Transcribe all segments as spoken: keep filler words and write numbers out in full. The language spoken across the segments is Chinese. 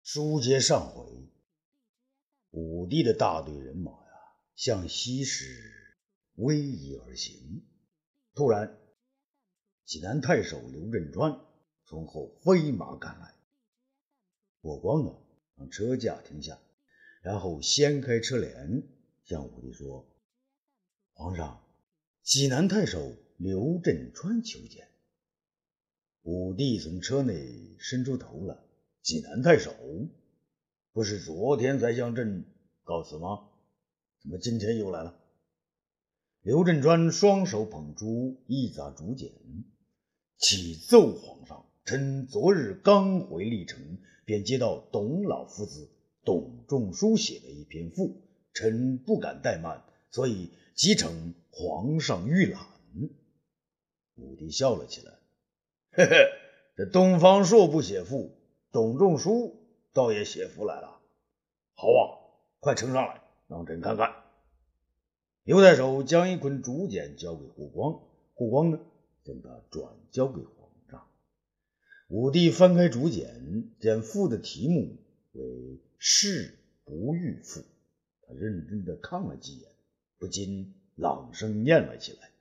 书接上回，武帝的大队人马呀，向西时逶迤而行。突然，济南太守刘振川从后飞马赶来。霍光呢，让车驾停下，然后掀开车帘，向武帝说：“皇上，济南太守刘振川求见。”武帝从车内伸出头来。济南太守不是昨天才向朕告辞吗？怎么今天又来了？刘振川双手捧出一杂竹简，启奏皇上，臣昨日刚回历城，便接到董老夫子董仲舒写的一篇赋，臣不敢怠慢，所以即呈皇上预览。武帝笑了起来，嘿嘿，这东方朔不写赋，董仲舒倒也写赋来了。好啊，快呈上来，让朕看看。刘太守将一捆竹简交给霍光，霍光呢，将它转交给皇上。武帝翻开竹简，见赋的题目为誓不御赋，他认真地看了几眼，不禁朗声念了起来：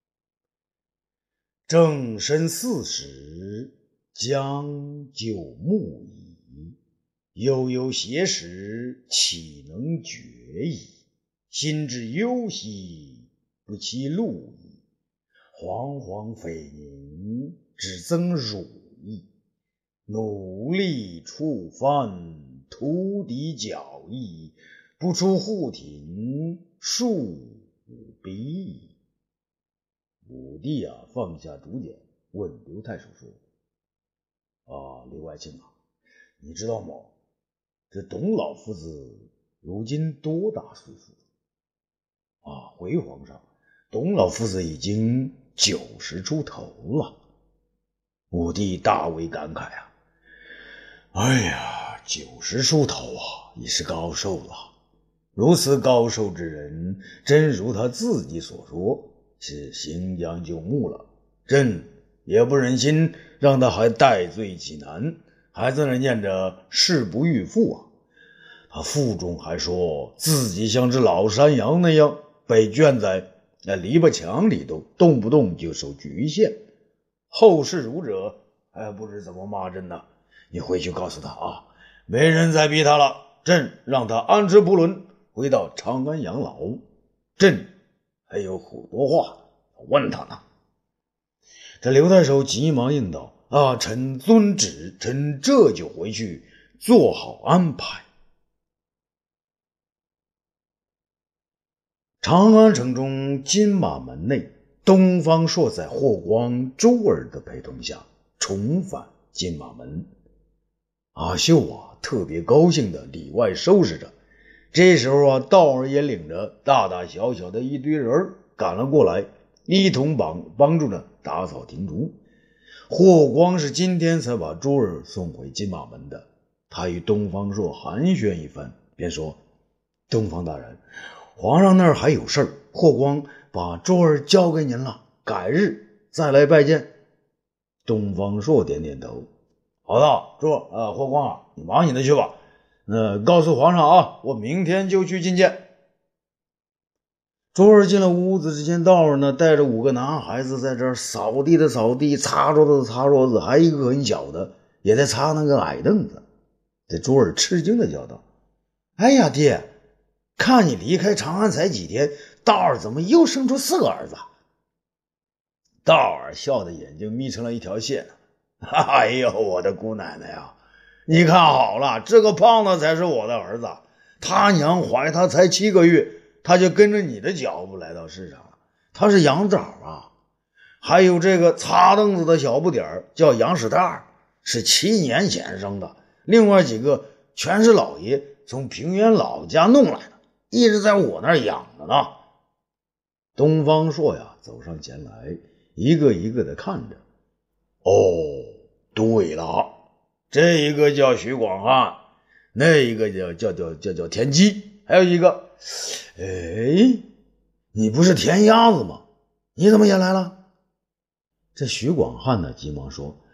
正申四时，将就木矣，悠悠写史，岂能决矣？心之忧兮，不其路矣。惶惶匪宁，只增辱矣。努力触藩，屠敌剿役，不出户庭，庶吾逼矣。武帝啊，放下竹简，问刘太守说：啊，刘爱卿啊，你知道吗？这董老夫子如今多大岁数啊？回皇上，董老夫子已经九十出头了。武帝大为感慨啊，哎呀，九十出头啊，已是高寿了。如此高寿之人，真如他自己所说，是行将就木了。朕也不忍心让他还戴罪济南，还在那念着誓不御赋啊。他腹中还说自己像只老山羊那样被圈在那篱笆墙里头，动不动就受局限。后世儒者还不知怎么骂朕呢。你回去告诉他啊，没人再逼他了，朕让他安之不伦，回到长安养老。朕还有好多话问他呢。这刘太守急忙应道：啊，臣遵旨，臣这就回去做好安排。长安城中金马门内，东方朔在霍光、周儿的陪同下重返金马门。阿秀啊，特别高兴的里外收拾着。这时候啊，道儿也领着大大小小的一堆人赶了过来，一同帮帮助着打扫庭除。霍光是今天才把珠儿送回金马门的，他与东方朔寒暄一番，便说：东方大人，皇上那儿还有事儿，霍光把珠儿交给您了，改日再来拜见。东方朔点点头：好的，珠儿，呃，霍光啊，你忙你的去吧。那告诉皇上啊，我明天就去觐见。珠儿进了屋子之前，道儿呢带着五个男孩子在这儿扫地的扫地，擦桌子的擦桌子，还有一个很小的也在擦那个矮凳子。这珠儿吃惊的叫道：哎呀爹，看你离开长安才几天，道儿怎么又生出四个儿子？道儿笑得眼睛眯成了一条线。哎呦，我的姑奶奶啊，你看好了，这个胖子才是我的儿子，他娘怀他才七个月，他就跟着你的脚步来到世上了。他是羊枣啊。还有这个擦凳子的小不点儿叫杨史大，是七年前生的。另外几个全是老爷从平原老家弄来的，一直在我那儿养着呢。东方朔呀，走上前来，一个一个的看着。哦，对了，这一个叫徐广汉，那一个叫叫叫叫叫田鸡，还有一个，哎，你不是田鸭子吗？你怎么也来了？这徐广汉呢，急忙说：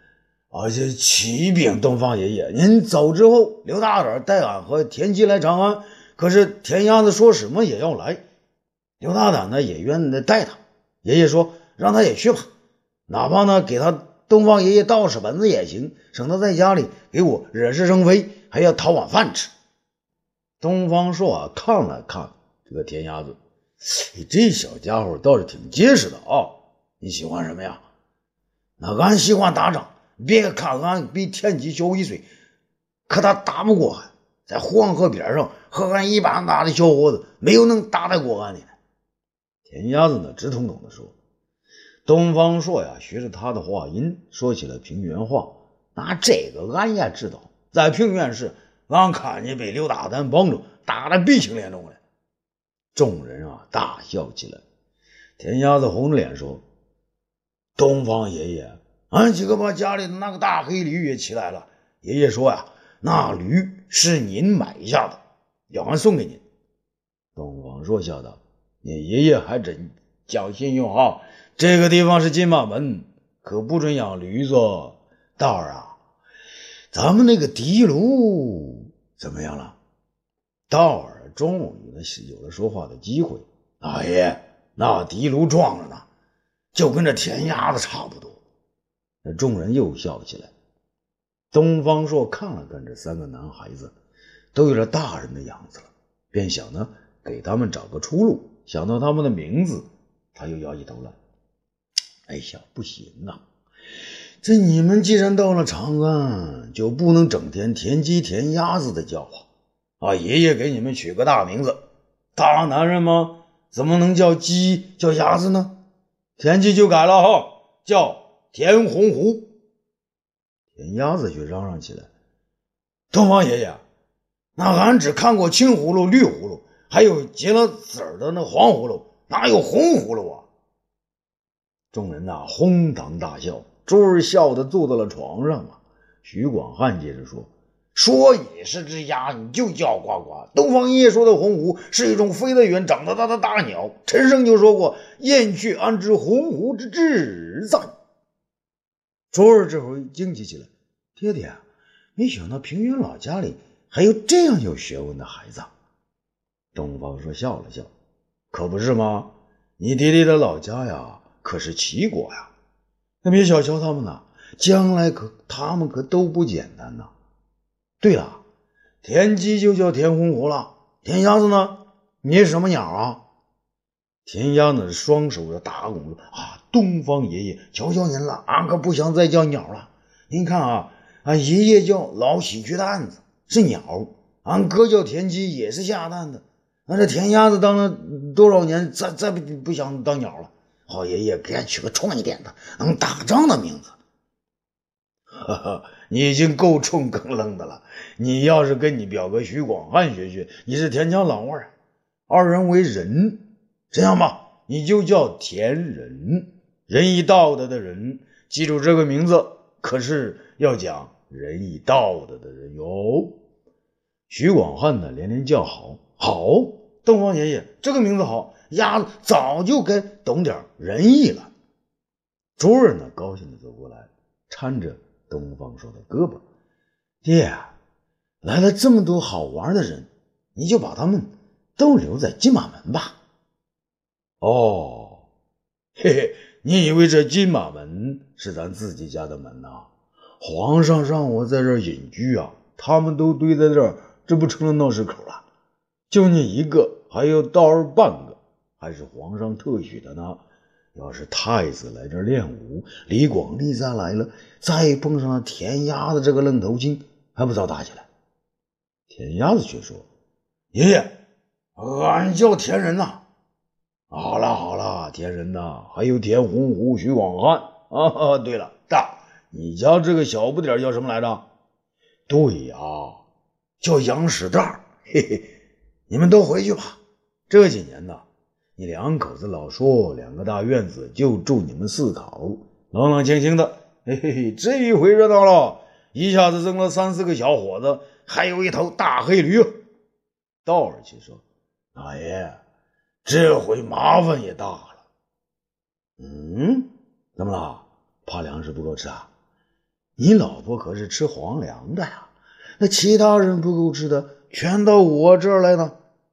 而且启禀东方爷爷，您走之后，刘大胆带俺和田鸡来长安，可是田鸭子说什么也要来。刘大胆呢也愿意带他，爷爷说让他也去吧，哪怕呢给他东方爷爷倒屎盆子也行，省得在家里给我惹是生非，还要讨碗饭吃。东方朔啊看了看这个田鸭子，这小家伙倒是挺结实的啊，你喜欢什么呀？那俺喜欢打仗，别看俺比田鸡小一岁，可他打不过俺，在黄河边上和俺一般大的小伙子没有能打得过俺的。田鸭子呢直通通的说。东方朔呀学着他的话音说起了平原话，那这个俺也知道，在平原时俺看见被刘大胆帮着打得鼻青脸肿了。众人啊大笑起来。田鸭子红着脸说，东方爷爷，俺几个把家里的那个大黑驴也起来了，爷爷说呀，那驴是您买下的，要俺送给您。东方朔笑道，你爷爷还真讲信用哈，这个地方是金马门，可不准养驴子。道儿啊，咱们那个地炉怎么样了？道儿终于有了说话的机会。大爷，那地炉壮着呢，就跟这田鸭子差不多。那众人又笑起来。东方朔看了看这三个男孩子，都有了大人的样子了，便想呢给他们找个出路。想到他们的名字，他又摇起头来，哎呀，不行啊，这你们既然到了长安，就不能整天田鸡田鸭子的叫啊！啊，爷爷给你们取个大名字，大男人吗？怎么能叫鸡叫鸭子呢？田鸡就改了哈，叫田洪湖。田鸭子却嚷嚷起来，东方爷爷，那俺只看过青葫芦绿葫芦，还有结了籽儿的那黄葫芦，哪有红葫芦啊？众人呐哄堂大笑，周儿笑得坐到了床上啊。徐广汉接着说，说也是只鸭，你就叫呱呱。东方爷爷说的红狐是一种飞得远长得大的大鸟，陈胜就说过，燕雀安知鸿鹄之志在。周儿这会惊奇起来，爹爹，没想到平原老家里还有这样有学问的孩子。东方说笑了笑，可不是吗？你爹爹的老家呀可是齐国呀，那别小瞧他们呐，将来可他们可都不简单呐。对了，田鸡就叫田洪湖了，田鸭子呢？你是什么鸟啊？田鸭子双手的打拱啊，东方爷爷，求求您了，俺可不想再叫鸟了。您看啊，俺爷爷叫老喜鹊蛋子，是鸟；俺哥叫田鸡，也是下蛋的。那这田鸭子当了多少年，再再不不想当鸟了。好爷爷给俺取个冲一点的能打仗的名字。哈哈，你已经够冲更愣的了，你要是跟你表哥徐广汉学学，你是田腔老味，二人为人，这样吧，你就叫田仁，仁义道德的人，记住这个名字，可是要讲仁义道德的人哟。徐广汉呢连连叫好，好，东方爷爷这个名字好，鸭子早就该懂点仁义了。周儿呢高兴地走过来，搀着东方朔的胳膊，爹，来了这么多好玩的人，你就把他们都留在金马门吧。哦，嘿嘿，你以为这金马门是咱自己家的门呐？皇上让我在这儿隐居啊，他们都堆在这儿，这不成了闹市口了？就你一个，还有道儿半个，还是皇上特许的呢。要是太子来这儿练武，李广利再来了，再碰上了田鸭子这个愣头青，还不早打起来？田鸭子却说，爷爷，俺叫田仁呐。好了好了，田仁呐，还有田洪湖、徐广汉啊。对了，大，你家这个小不点叫什么来着？对呀，叫杨史大。嘿嘿，你们都回去吧。这几年呢，你两口子老说两个大院子就住你们四口，冷冷清清的，嘿嘿嘿，这一回热闹了，一下子增了三四个小伙子，还有一头大黑驴。道儿却说，大爷，这回麻烦也大了。嗯，怎么了？怕粮食不够吃啊？ 你老婆可是吃皇粮的呀，那其他人不够吃的，全到我这儿来呢。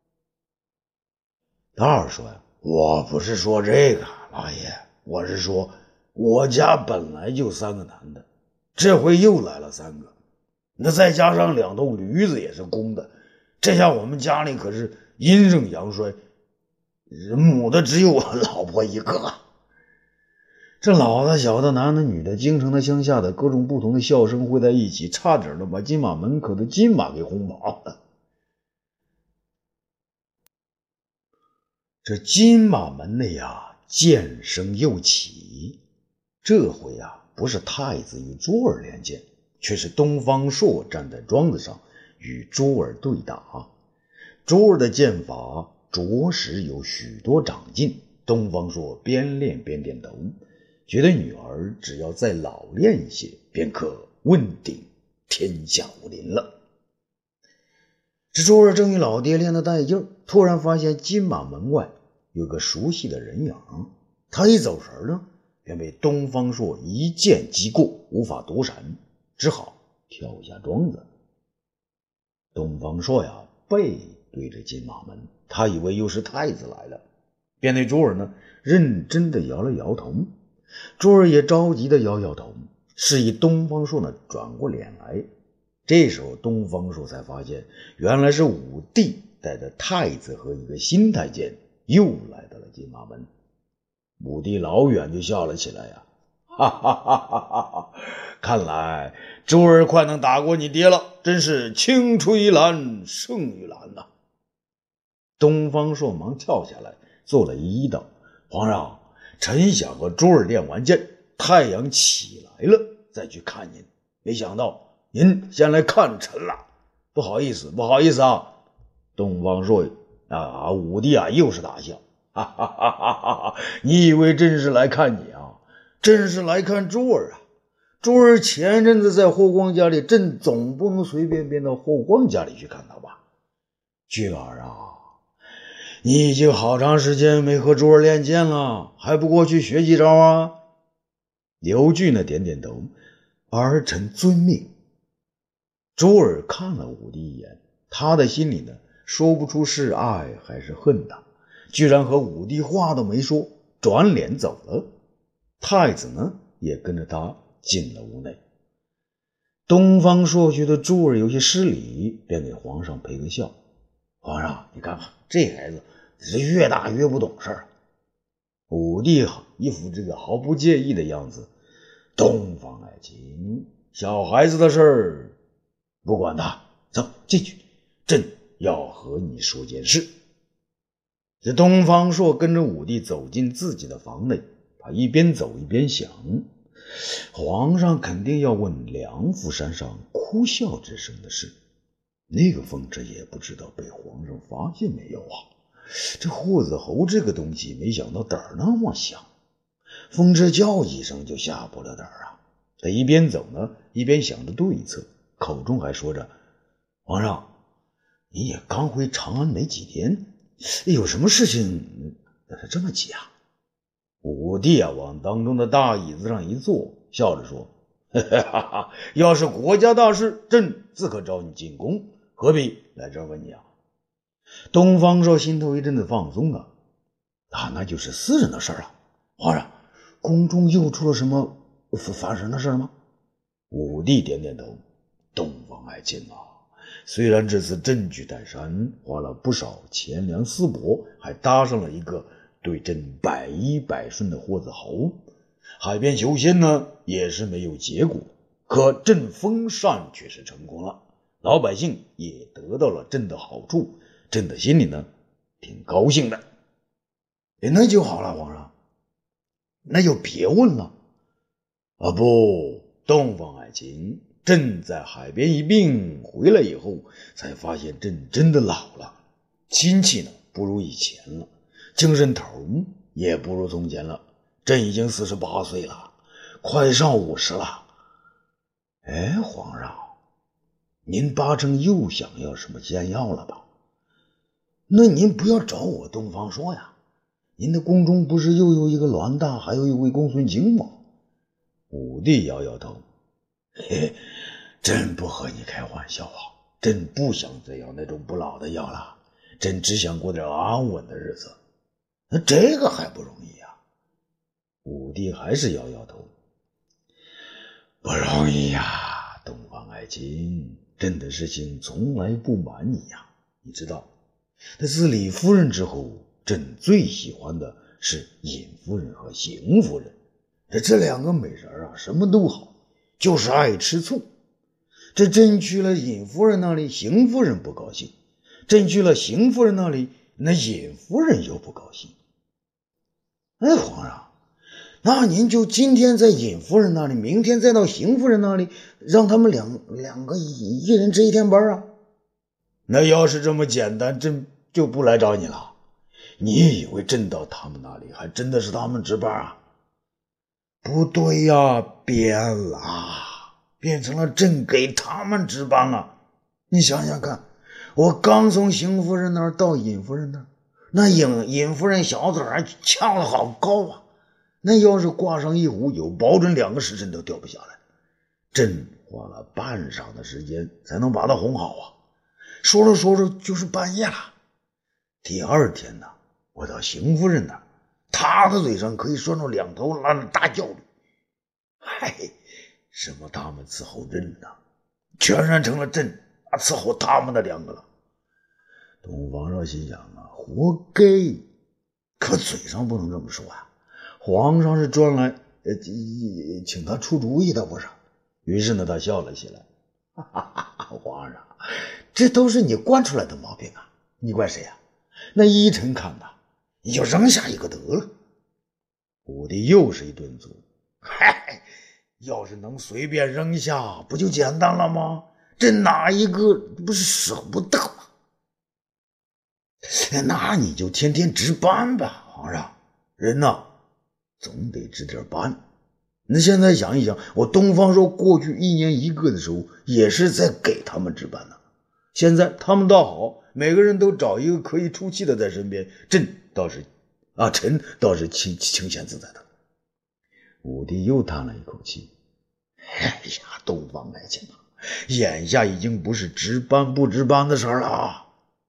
大儿说呀，我不是说这个，老爷，我是说我家本来就三个男的，这回又来了三个，那再加上两头驴子也是公的，这下我们家里可是阴盛阳衰，母的只有我老婆一个。这老的、小的、男的、女的，京城的、乡下的，各种不同的笑声汇在一起，差点的把金马门口的金马给轰跑了。这金马门内啊，剑声又起。这回啊，不是太子与珠儿连剑，却是东方朔站在桩子上与珠儿对打。珠儿的剑法着实有许多长进，东方朔边练边点头，觉得女儿只要再老练一些，便可问鼎天下武林了。这珠儿正与老爹练得带劲，突然发现金马门外有个熟悉的人影，他一走神呢，便被东方朔一剑击过，无法躲闪，只好跳下桩子。东方朔呀，背对着金马门，他以为又是太子来了，便对珠儿呢认真的摇了摇头。珠儿也着急的摇摇头，示意东方朔呢转过脸来。这时候东方朔才发现，原来是武帝带着太子和一个新太监又来到了金马门。武帝老远就笑了起来呀，哈哈哈哈哈哈！看来珠儿快能打过你爹了，真是青出于蓝胜于蓝呐、啊！东方朔忙跳下来做了一揖道：“皇上，臣想和珠儿练完剑，太阳起来了再去看您，没想到您先来看臣了，不好意思，不好意思啊！”东方朔啊，武帝啊，又是大笑，哈哈哈哈哈哈！你以为朕是来看你啊？朕是来看珠儿啊！珠儿前阵子在霍光家里，朕总不能随便便到霍光家里去看他吧？俊儿啊，你已经好长时间没和珠儿练剑了，还不过去学几招啊？刘据呢点点头，儿臣遵命。珠儿看了武帝一眼，他的心里呢说不出是爱还是恨的，居然和武帝话都没说，转脸走了。太子呢也跟着他进了屋内。东方朔觉得珠儿有些失礼，便给皇上赔个笑：“皇上，你看看这孩子是越大越不懂事儿。”武帝一副这个毫不介意的样子：“东方爱卿，小孩子的事儿不管他，走进去，朕要和你说件事。”这东方朔跟着武帝走进自己的房内，他一边走一边想，皇上肯定要问梁父山上哭笑之声的事，那个风车也不知道被皇上发现没有啊？这霍子侯这个东西没想到胆儿那么小，风车叫几声就下不了胆儿啊！他一边走呢，一边想着对策，口中还说着：“皇上，你也刚回长安没几天，有什么事情这么急啊？”武帝啊，往当中的大椅子上一坐，笑着说：“哈哈哈，要是国家大事，朕自可找你进宫，何必来这儿问你啊？”东方朔心头一阵子放松啊，啊，那就是私人的事啊。皇上，宫中又出了什么烦人的事吗？武帝点点头：“东方爱卿啊，虽然这次朕去泰山花了不少钱粮丝帛，还搭上了一个对朕百依百顺的霍子侯，海边求仙呢也是没有结果，可朕封禅却是成功了，老百姓也得到了朕的好处，朕的心里呢挺高兴的。”“那就好了，皇上，那就别问了。”“啊不，东方爱卿，朕在海边一病回来以后，才发现朕真的老了，亲戚呢不如以前了，精神头也不如从前了，朕已经四十八岁了，快上五十了。”“哎，皇上，您八成又想要什么仙药了吧？那您不要找我东方朔呀，您的宫中不是又有一个栾大，还有一位公孙卿吗？”武帝摇摇头：“ 嘿，朕不和你开玩笑啊，朕不想再要那种不老的药了，朕只想过点安稳的日子。那这个还不容易啊？武帝还是摇摇头。不容易呀，东方爱卿，朕的事情从来不瞒你呀。你知道，那自李夫人之后，朕最喜欢的是尹夫人和邢夫人。这这两个美人啊，什么都好，就是爱吃醋。这朕去了尹夫人那里，邢夫人不高兴；朕去了邢夫人那里，那尹夫人又不高兴。哎，皇上，那您就今天在尹夫人那里，明天再到邢夫人那里，让他们两两个一人值一天班啊。那要是这么简单，朕就不来找你了。你以为朕到他们那里还真的是他们值班啊？不对呀，变了，变成了朕给他们值班了。你想想看，我刚从邢夫人那儿到尹夫人那儿，那尹尹夫人小嘴还翘得好高啊，那要是挂上一壶酒，保准两个时辰都掉不下来。朕花了半晌的时间才能把她哄好啊，说着说着就是半夜了。第二天呢，我到邢夫人那儿，她的嘴上可以拴着两头拉的大轿驴。嗨，什么他们伺候朕呢，全然成了朕啊伺候他们的两个了。东方朔心想啊，活该，可嘴上不能这么说啊，皇上是专来呃请他出主意的不是？于是呢，他笑了起来，哈哈哈，皇上，这都是你惯出来的毛病啊，你怪谁啊？那依臣看的，你就扔下一个得了。武帝又是一顿足，嗨，要是能随便扔下，不就简单了吗？这哪一个不是舍不得吗？那你就天天值班吧，皇上，人呐，总得值点班。那现在想一想，我东方朔过去一年一个的时候，也是在给他们值班呢。现在他们倒好，每个人都找一个可以出气的在身边，朕倒是啊，臣倒是清清闲自在的。武帝又叹了一口气，哎呀，东方爱卿啊，眼下已经不是值班不值班的事儿了。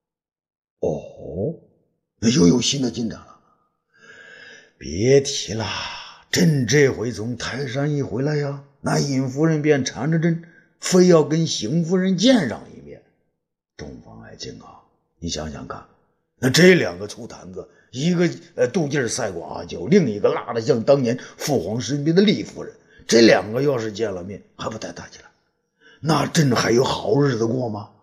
哦，又有新的进展了。别提了，朕这回从泰山一回来呀，那尹夫人便缠着朕，非要跟邢夫人见上一面。东方爱卿啊，你想想看，那这两个醋坛子，一个呃肚劲赛过阿胶，另一个辣得像当年父皇身边的厉夫人，这两个要是见了面还不带打起来，那朕还有好日子过吗？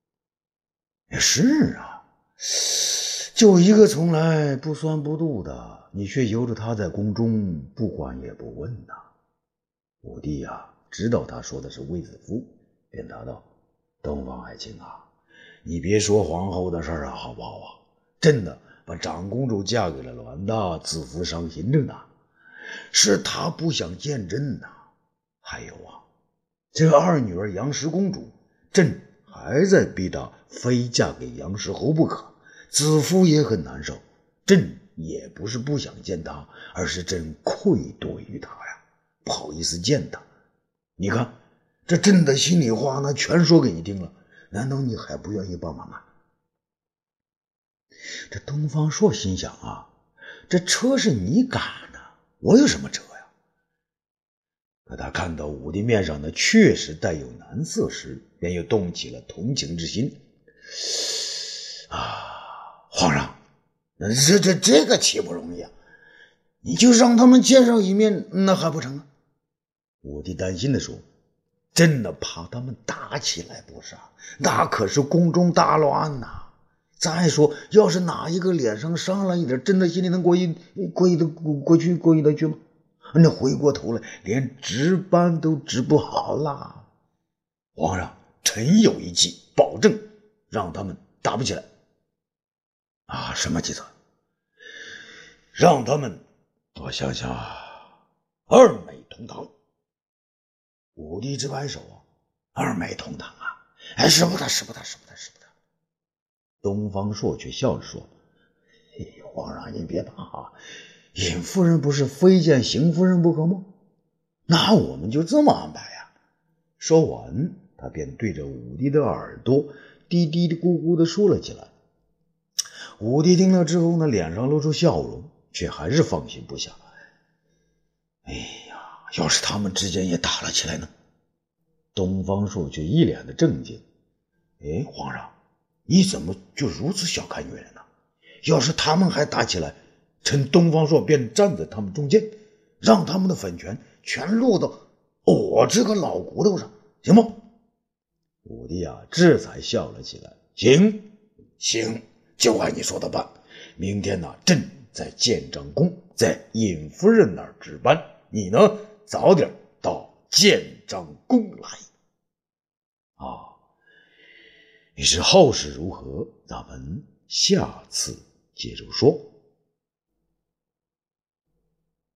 是啊，就一个从来不酸不度的，你却由着他在宫中不管也不问呐。武帝呀、啊，知道他说的是卫子夫，便答道：东方爱卿啊，你别说皇后的事儿啊，好不好啊？朕呢，把长公主嫁给了栾大，子夫伤心着呢，是他不想见朕呐。还有啊，这个二女儿杨氏公主，朕还在逼她非嫁给杨氏侯不可，子夫也很难受。朕也不是不想见她，而是朕愧对于她呀，不好意思见她。你看，这朕的心里话呢，全说给你听了，难道你还不愿意帮忙啊？这东方朔心想啊，这车是你赶的，我有什么车呀？可他看到武帝面上呢确实带有难色时，便又动起了同情之心。啊，皇上，这这这个岂不容易啊？你就让他们见上一面，那还不成啊？武帝担心地说：真的怕他们打起来不是？那可是宫中大乱呐！再说，要是哪一个脸上伤了一点，真的心里能过意过意的过去过意得去吗？那回过头来，连值班都值不好啦！皇上，臣有一计，保证让他们打不起来。啊，什么计策？让他们，我想想啊，二美同堂。武帝直摆手啊，二美同堂啊，哎，使不得，使不得，使不得，使不得。东方朔却笑着说：嘿，皇上您别怕，尹夫人不是非见邢夫人不可吗？那我们就这么安排呀、啊， 说完，他便对着武帝的耳朵嘀嘀咕咕地说了起来。武帝听了之后呢，脸上露出笑容，却还是放心不下。哎呀，要是他们之间也打了起来呢？东方朔却一脸的震惊。哎，皇上，你怎么就如此小看女人呢？要是他们还打起来，臣东方朔便站在他们中间，让他们的粉拳全落到我这个老骨头上，行吗？武帝啊，这才笑了起来。行行，就按你说的办。明天呢、啊，朕在建章宫，在尹夫人那儿值班，你呢早点到建章宫来。啊，你是后事如何？咱们下次接着说。